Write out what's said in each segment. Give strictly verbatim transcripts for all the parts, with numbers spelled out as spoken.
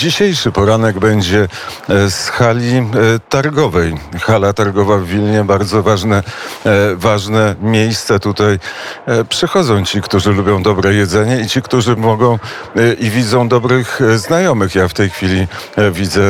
Dzisiejszy poranek będzie z hali targowej. Hala targowa w Wilnie, bardzo ważne, ważne miejsce. Tutaj przychodzą ci, którzy lubią dobre jedzenie i ci, którzy mogą i widzą dobrych znajomych. Ja w tej chwili widzę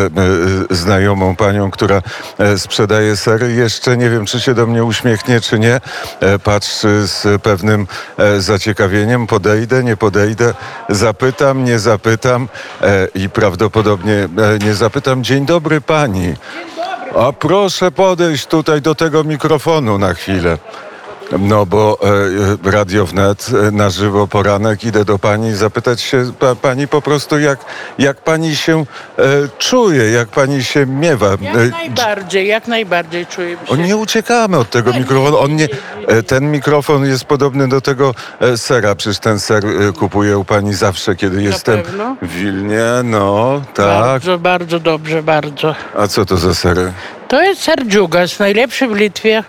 znajomą panią, która sprzedaje sery. Jeszcze nie wiem, czy się do mnie uśmiechnie, czy nie. Patrzy z pewnym zaciekawieniem. Podejdę, nie podejdę, zapytam, nie zapytam i prawdopodobnie Prawdopodobnie nie zapytam. Dzień dobry pani. Dzień dobry. A proszę podejść tutaj do tego mikrofonu na chwilę. No bo e, Radio Wnet e, na żywo poranek. Idę do pani zapytać się pa, pani po prostu jak, jak pani się e, czuje, jak pani się miewa. Jak E, najbardziej, jak najbardziej czuję się. o, nie uciekamy od tego mikrofonu. On nie, e, ten mikrofon jest podobny do tego e, sera. Przecież ten ser e, kupuję u pani zawsze, kiedy jestem pewno? w Wilnie. No, tak. Bardzo, bardzo dobrze, bardzo. A co to za sery? To jest ser Dziugas, najlepszy w Litwie.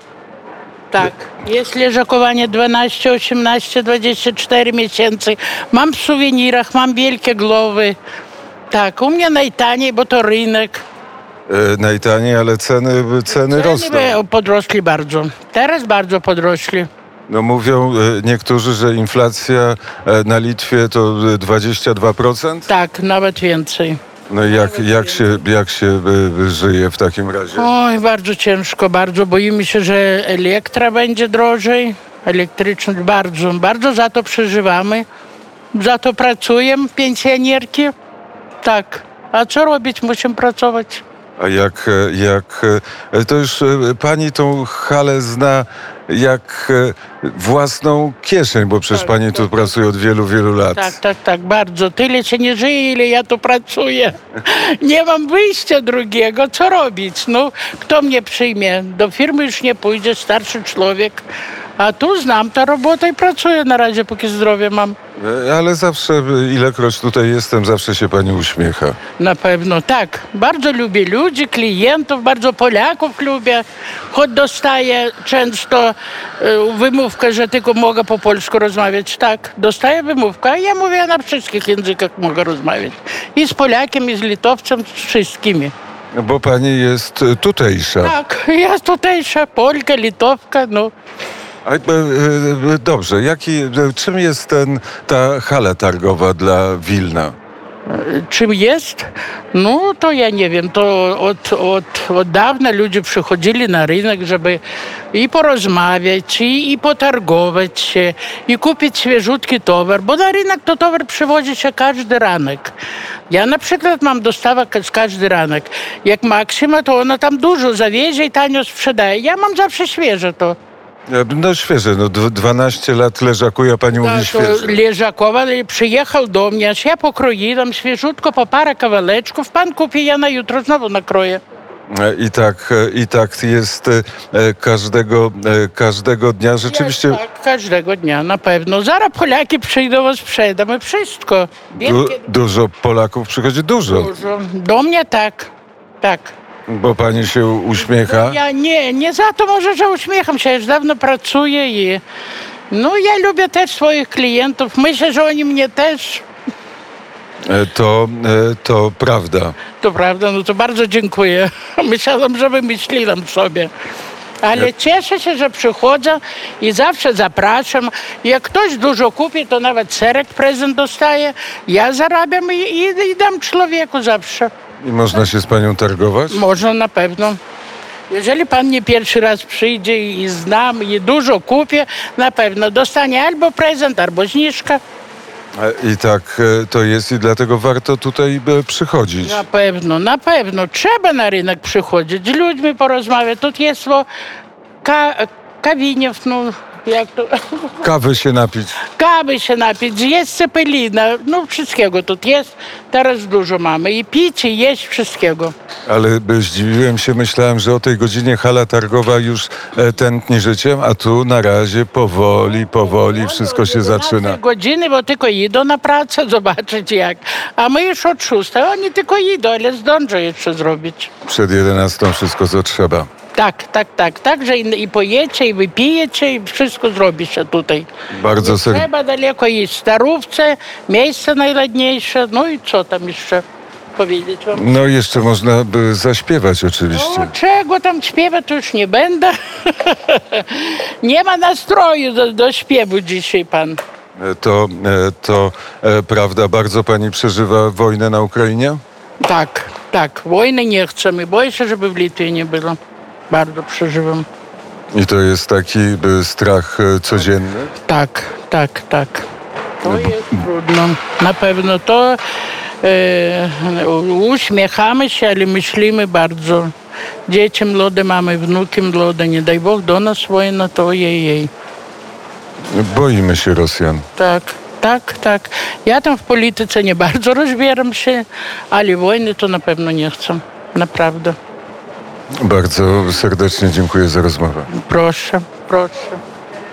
Tak. Jest leżakowanie dwanaście, osiemnaście, dwadzieścia cztery miesięcy. Mam w suwenirach, mam wielkie głowy. Tak, u mnie najtaniej, bo to rynek. E, najtaniej, ale ceny, ceny rosną. Ceny podrośli bardzo. Teraz bardzo podrośli. No mówią e, niektórzy, że inflacja e, na Litwie to dwadzieścia dwa procent. Tak, nawet więcej. No i jak, jak się, jak się e, żyje w takim razie? Oj, bardzo ciężko, bardzo. Boimy się, że elektra będzie drożej. Elektryczność bardzo, bardzo za to przeżywamy. Za to pracujemy, pensjonierki. Tak. A co robić? Musimy pracować. A jak, e, jak e, to już e, pani tą halę zna jak e, własną kieszeń, bo przecież Tak, pani tu tak, pracuje od wielu, wielu lat. Tak, tak, tak, bardzo. Tyle się nie żyje, ile ja tu pracuję. Nie mam wyjścia drugiego. Co robić? No, kto mnie przyjmie? Do firmy już nie pójdzie, starszy człowiek. A tu znam tę robotę i pracuję na razie, póki zdrowie mam. E, Ale zawsze, e, ilekroć tutaj jestem, zawsze się pani uśmiecha. Na pewno, tak. Bardzo lubię ludzi, klientów, bardzo Polaków lubię. Choć dostaję często e, wymówkę, że tylko mogę po polsku rozmawiać. Tak, dostaję wymówkę, a ja mówię na wszystkich językach mogę rozmawiać. I z Polakiem, i z Litowcem, z wszystkimi. Bo pani jest e, tutejsza. Tak, ja tutejsza, Polka, Litowka, no. A, e, e, dobrze, jaki, e, czym jest ten, ta hala targowa dla Wilna? Czym jest? No to ja nie wiem, to od, od, od dawna ludzie przychodzili na rynek, żeby i porozmawiać, i, i potargować się, i kupić świeżutki towar, bo na rynek to towar przywozi się każdy ranek. Ja na przykład mam dostawę z każdy ranek. Jak Maksyma, to ona tam dużo zawiezie i tanio sprzedaje. Ja mam zawsze świeże to. E, No świeże, no dw- dwanaście lat leżakuje, a pani mówi To świeże. Leżakowa przyjechał do mnie, aż ja pokroiłam świeżutko po parę kawałeczków. Pan kupi, ja na jutro znowu nakroję. E, I tak, e, i tak jest e, każdego, e, każdego dnia. Rzeczywiście Jest, tak, każdego dnia, na pewno. Zaraz Polaki przyjdą, sprzedamy wszystko. du- Wielkie, dużo Polaków przychodzi, dużo, dużo. Do mnie tak, tak. bo pani się uśmiecha. Ja nie, nie za to może, że uśmiecham się, już dawno pracuję i no ja lubię też swoich klientów. Myślę, że oni mnie też. E, To, e, to prawda. To prawda, no to bardzo dziękuję. Myślałam, że wymyśliłam sobie. Ale cieszę się, że przychodzę i zawsze zapraszam. Jak ktoś dużo kupi, to nawet serek prezent dostaje. Ja zarabiam i, i, i dam człowieku zawsze. I można się z panią targować? Można na pewno. Jeżeli pan nie pierwszy raz przyjdzie i znam i dużo kupię, na pewno dostanie albo prezent, albo zniżkę. E, I tak e, to jest i dlatego warto tutaj e, przychodzić. Na pewno, na pewno. Trzeba na rynek przychodzić, z ludźmi porozmawiać. Tu jest o ka- kawiniów, no jak to... Kawy się napić. Kawy się napić, jest cepelina, no wszystkiego tu jest. Teraz dużo mamy i pić, i jeść wszystkiego. Ale by zdziwiłem się, myślałem, że o tej godzinie hala targowa już e, tętni życiem, a tu na razie powoli, powoli wszystko się zaczyna. Godziny, bo tylko idą na pracę zobaczyć jak. A my już od szóstej, oni tylko idą, ale zdążą jeszcze zrobić. Przed jedenastą wszystko, co trzeba. Tak, tak, tak. Także i, i pojecie, i wypijecie, i wszystko zrobi się tutaj. Bardzo Nie serdecznie. trzeba daleko iść. Starówce, miejsce najładniejsze, no i co tam jeszcze? powiedzieć wam? No jeszcze można by zaśpiewać oczywiście. No, czego tam śpiewać, to już nie będę. Nie ma nastroju do, do śpiewu dzisiaj pan. E, To, e, to e, prawda, bardzo pani przeżywa wojnę na Ukrainie? Tak, tak. Wojny nie chcemy. Boję się, żeby w Litwie nie było. Bardzo przeżywam. I to jest taki e, strach e, codzienny? Tak, tak, tak. To jest trudno. Na pewno to e, uśmiechamy się, ale myślimy bardzo. Dzieci młode mamy, wnuki młode. Nie daj Bóg do nas wojna, to jej, jej. Boimy się Rosjan. Tak, tak, tak. Ja tam w polityce nie bardzo rozbieram się, ale wojny to na pewno nie chcę. Naprawdę. Bardzo serdecznie dziękuję za rozmowę. Proszę, proszę.